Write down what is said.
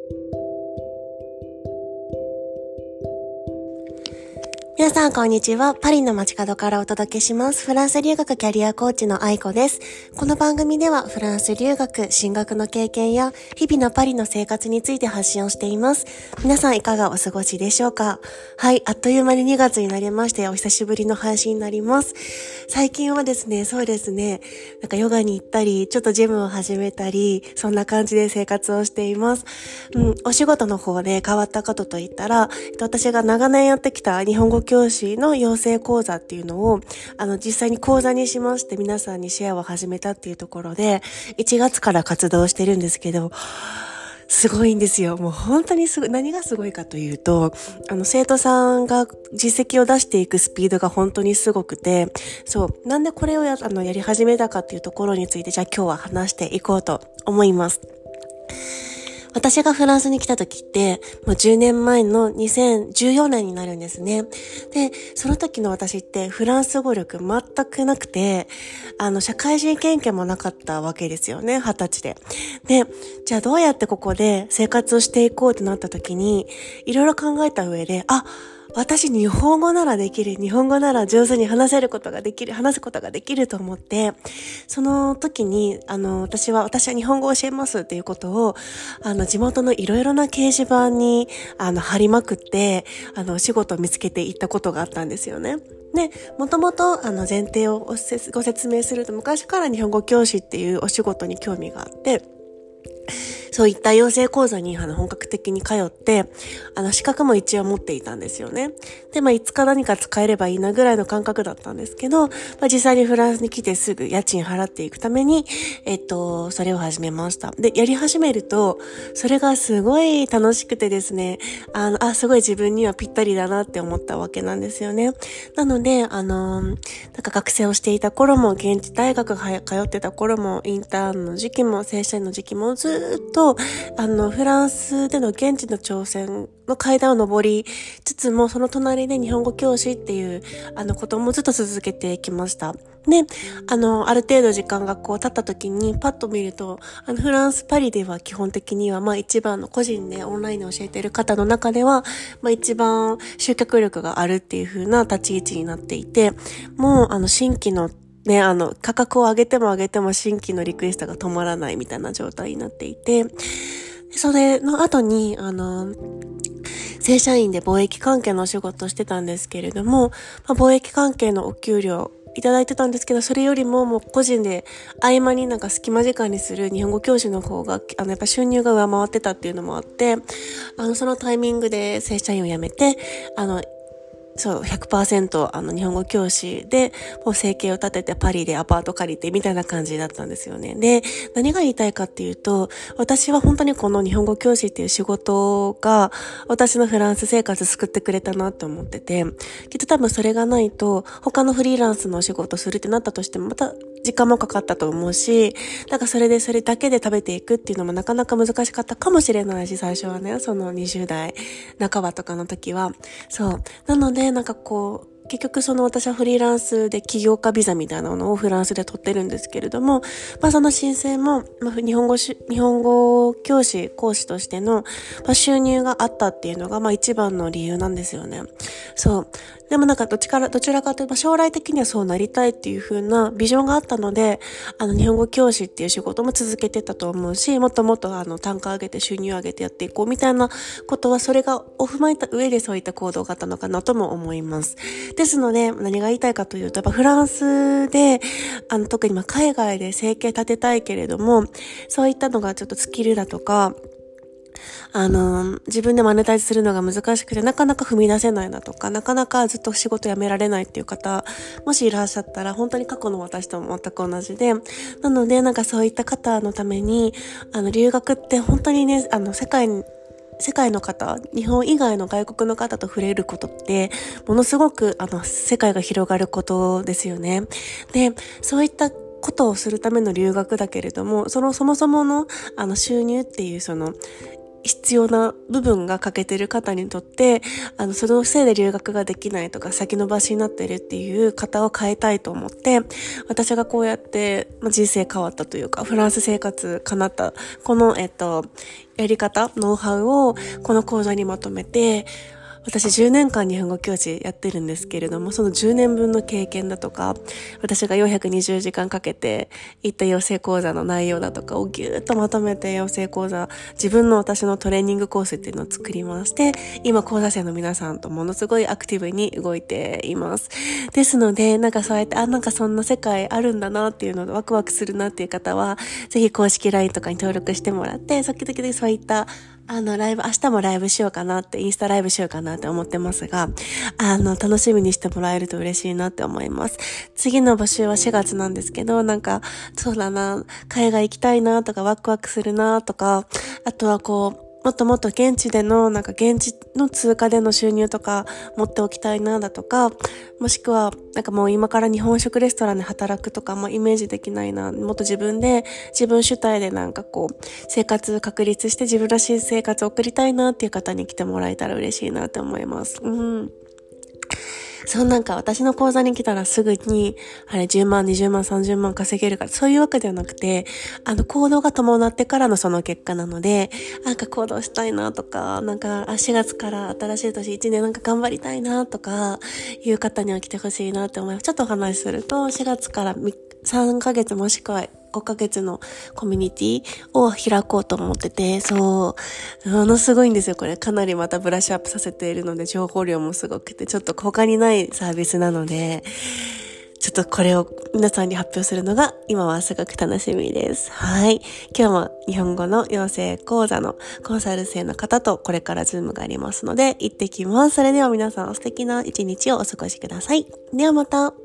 皆さんこんにちは。パリの街角からお届けします。フランス留学キャリアコーチの愛子です。この番組ではフランス留学、進学の経験や日々のパリの生活について発信をしています。皆さんいかがお過ごしでしょうか？はい、あっという間に2月になりましてお久しぶりの配信になります。最近はですね、そうですね、ヨガに行ったり、ちょっとジムを始めたり、そんな感じで生活をしています。お仕事の方で変わったことといったら、私が長年やってきた日本語教師の養成講座っていうのを、実際に講座にしまして皆さんにシェアを始めたっていうところで、1月から活動してるんですけど、すごいんですよ。もう本当に何がすごいかというと、生徒さんが実績を出していくスピードが本当にすごくて、そう、なんでこれをやり始めたかっていうところについて、じゃあ今日は話していこうと思います。私がフランスに来た時って、もう10年前の2014年になるんですね。で、その時の私ってフランス語力全くなくて、社会人経験もなかったわけですよね、20歳で。で、じゃあどうやってここで生活をしていこうってなった時に、いろいろ考えた上で、私日本語ならできる。日本語なら上手に話すことができると思って、その時に、私は日本語を教えますっていうことを、地元のいろいろな掲示板に、貼りまくって、お仕事を見つけていったことがあったんですよね。で、もともと、前提をご説明すると、昔から日本語教師っていうお仕事に興味があって、そういった養成講座に本格的に通って、資格も一応持っていたんですよね。で、いつか何か使えればいいなぐらいの感覚だったんですけど、実際にフランスに来てすぐ家賃払っていくために、それを始めました。で、やり始めると、それがすごい楽しくてですね、すごい自分にはぴったりだなって思ったわけなんですよね。なので、学生をしていた頃も、現地大学通ってた頃も、インターンの時期も、正社員の時期もずっとフランスでの現地の挑戦の階段を登りつつも、その隣で日本語教師っていう、こともずっと続けてきました。で、ある程度時間が経った時にパッと見ると、フランスパリでは基本的には、一番の個人でオンラインで教えている方の中では、一番集客力があるっていう風な立ち位置になっていて、もう、新規のね、価格を上げても新規のリクエストが止まらないみたいな状態になっていて、それの後に、正社員で貿易関係のお仕事をしてたんですけれども、貿易関係のお給料いただいてたんですけど、それよりももう個人で合間に隙間時間にする日本語教師の方が、やっぱ収入が上回ってたっていうのもあって、そのタイミングで正社員を辞めて、100% 日本語教師で、もう生計を立ててパリでアパート借りてみたいな感じだったんですよね。で、何が言いたいかっていうと、私は本当にこの日本語教師っていう仕事が、私のフランス生活救ってくれたなって思ってて、きっと多分それがないと、他のフリーランスのお仕事するってなったとしても、また時間もかかったと思うし、だからそれだけで食べていくっていうのもなかなか難しかったかもしれないし、最初はね、その20代半ばとかの時は。そう。なので、結局私はフリーランスで起業家ビザみたいなのをフランスで取ってるんですけれども、その申請も、日本語教師、講師としての、収入があったっていうのが、一番の理由なんですよね。そう。でもどちらかというと、将来的にはそうなりたいっていう風なビジョンがあったので、日本語教師っていう仕事も続けてたと思うし、もっともっと単価上げて収入上げてやっていこうみたいなことは、それがを踏まえた上でそういった行動があったのかなとも思います。ですので、何が言いたいかというと、やっぱフランスで、特に海外で生計立てたいけれども、そういったのがちょっとスキルだとか、自分でマネタイズするのが難しくて、なかなか踏み出せないなとか、なかなかずっと仕事辞められないっていう方、もしいらっしゃったら、本当に過去の私とも全く同じで、なので、そういった方のために、留学って本当にね、世界の方、日本以外の外国の方と触れることって、ものすごく、世界が広がることですよね。で、そういったことをするための留学だけれども、そもそもの、収入っていう必要な部分が欠けてる方にとって、そのせいで留学ができないとか先延ばしになってるっていう方を変えたいと思って、私がこうやって、人生変わったというか、フランス生活叶った、この、やり方、ノウハウをこの講座にまとめて、私10年間日本語教師やってるんですけれども、その10年分の経験だとか、私が420時間かけて行った養成講座の内容だとかをぎゅーっとまとめて養成講座、自分の私のトレーニングコースっていうのを作りまして、今講座生の皆さんとものすごいアクティブに動いています。ですので、そうやって、そんな世界あるんだなっていうのでワクワクするなっていう方は、ぜひ公式 LINE とかに登録してもらって、時々そういったライブ、明日もライブしようかなって、インスタライブしようかなって思ってますが、楽しみにしてもらえると嬉しいなって思います。次の募集は4月なんですけど、そうだな、海外行きたいなとか、ワクワクするなとか、あとはもっともっと現地での、現地の通貨での収入とか持っておきたいなだとか、もしくは、もう今から日本食レストランで働くとかもイメージできないな。もっと自分主体で生活確立して自分らしい生活を送りたいなっていう方に来てもらえたら嬉しいなって思います。私の講座に来たらすぐに、10万、20万、30万稼げるから、そういうわけではなくて、行動が伴ってからのその結果なので、行動したいなとか、4月から新しい年1年頑張りたいなとか、いう方には来てほしいなって思います。ちょっとお話しすると、4月から3ヶ月もしくは5ヶ月のコミュニティを開こうと思ってて、ものすごいんですよ、これ。かなりまたブラッシュアップさせているので、情報量もすごくて、ちょっと他にないサービスなので、ちょっとこれを皆さんに発表するのが今はすごく楽しみです。はい。今日も日本語の養成講座のコンサル生の方とこれからズームがありますので行ってきます。それでは皆さん素敵な一日をお過ごしください。ではまた。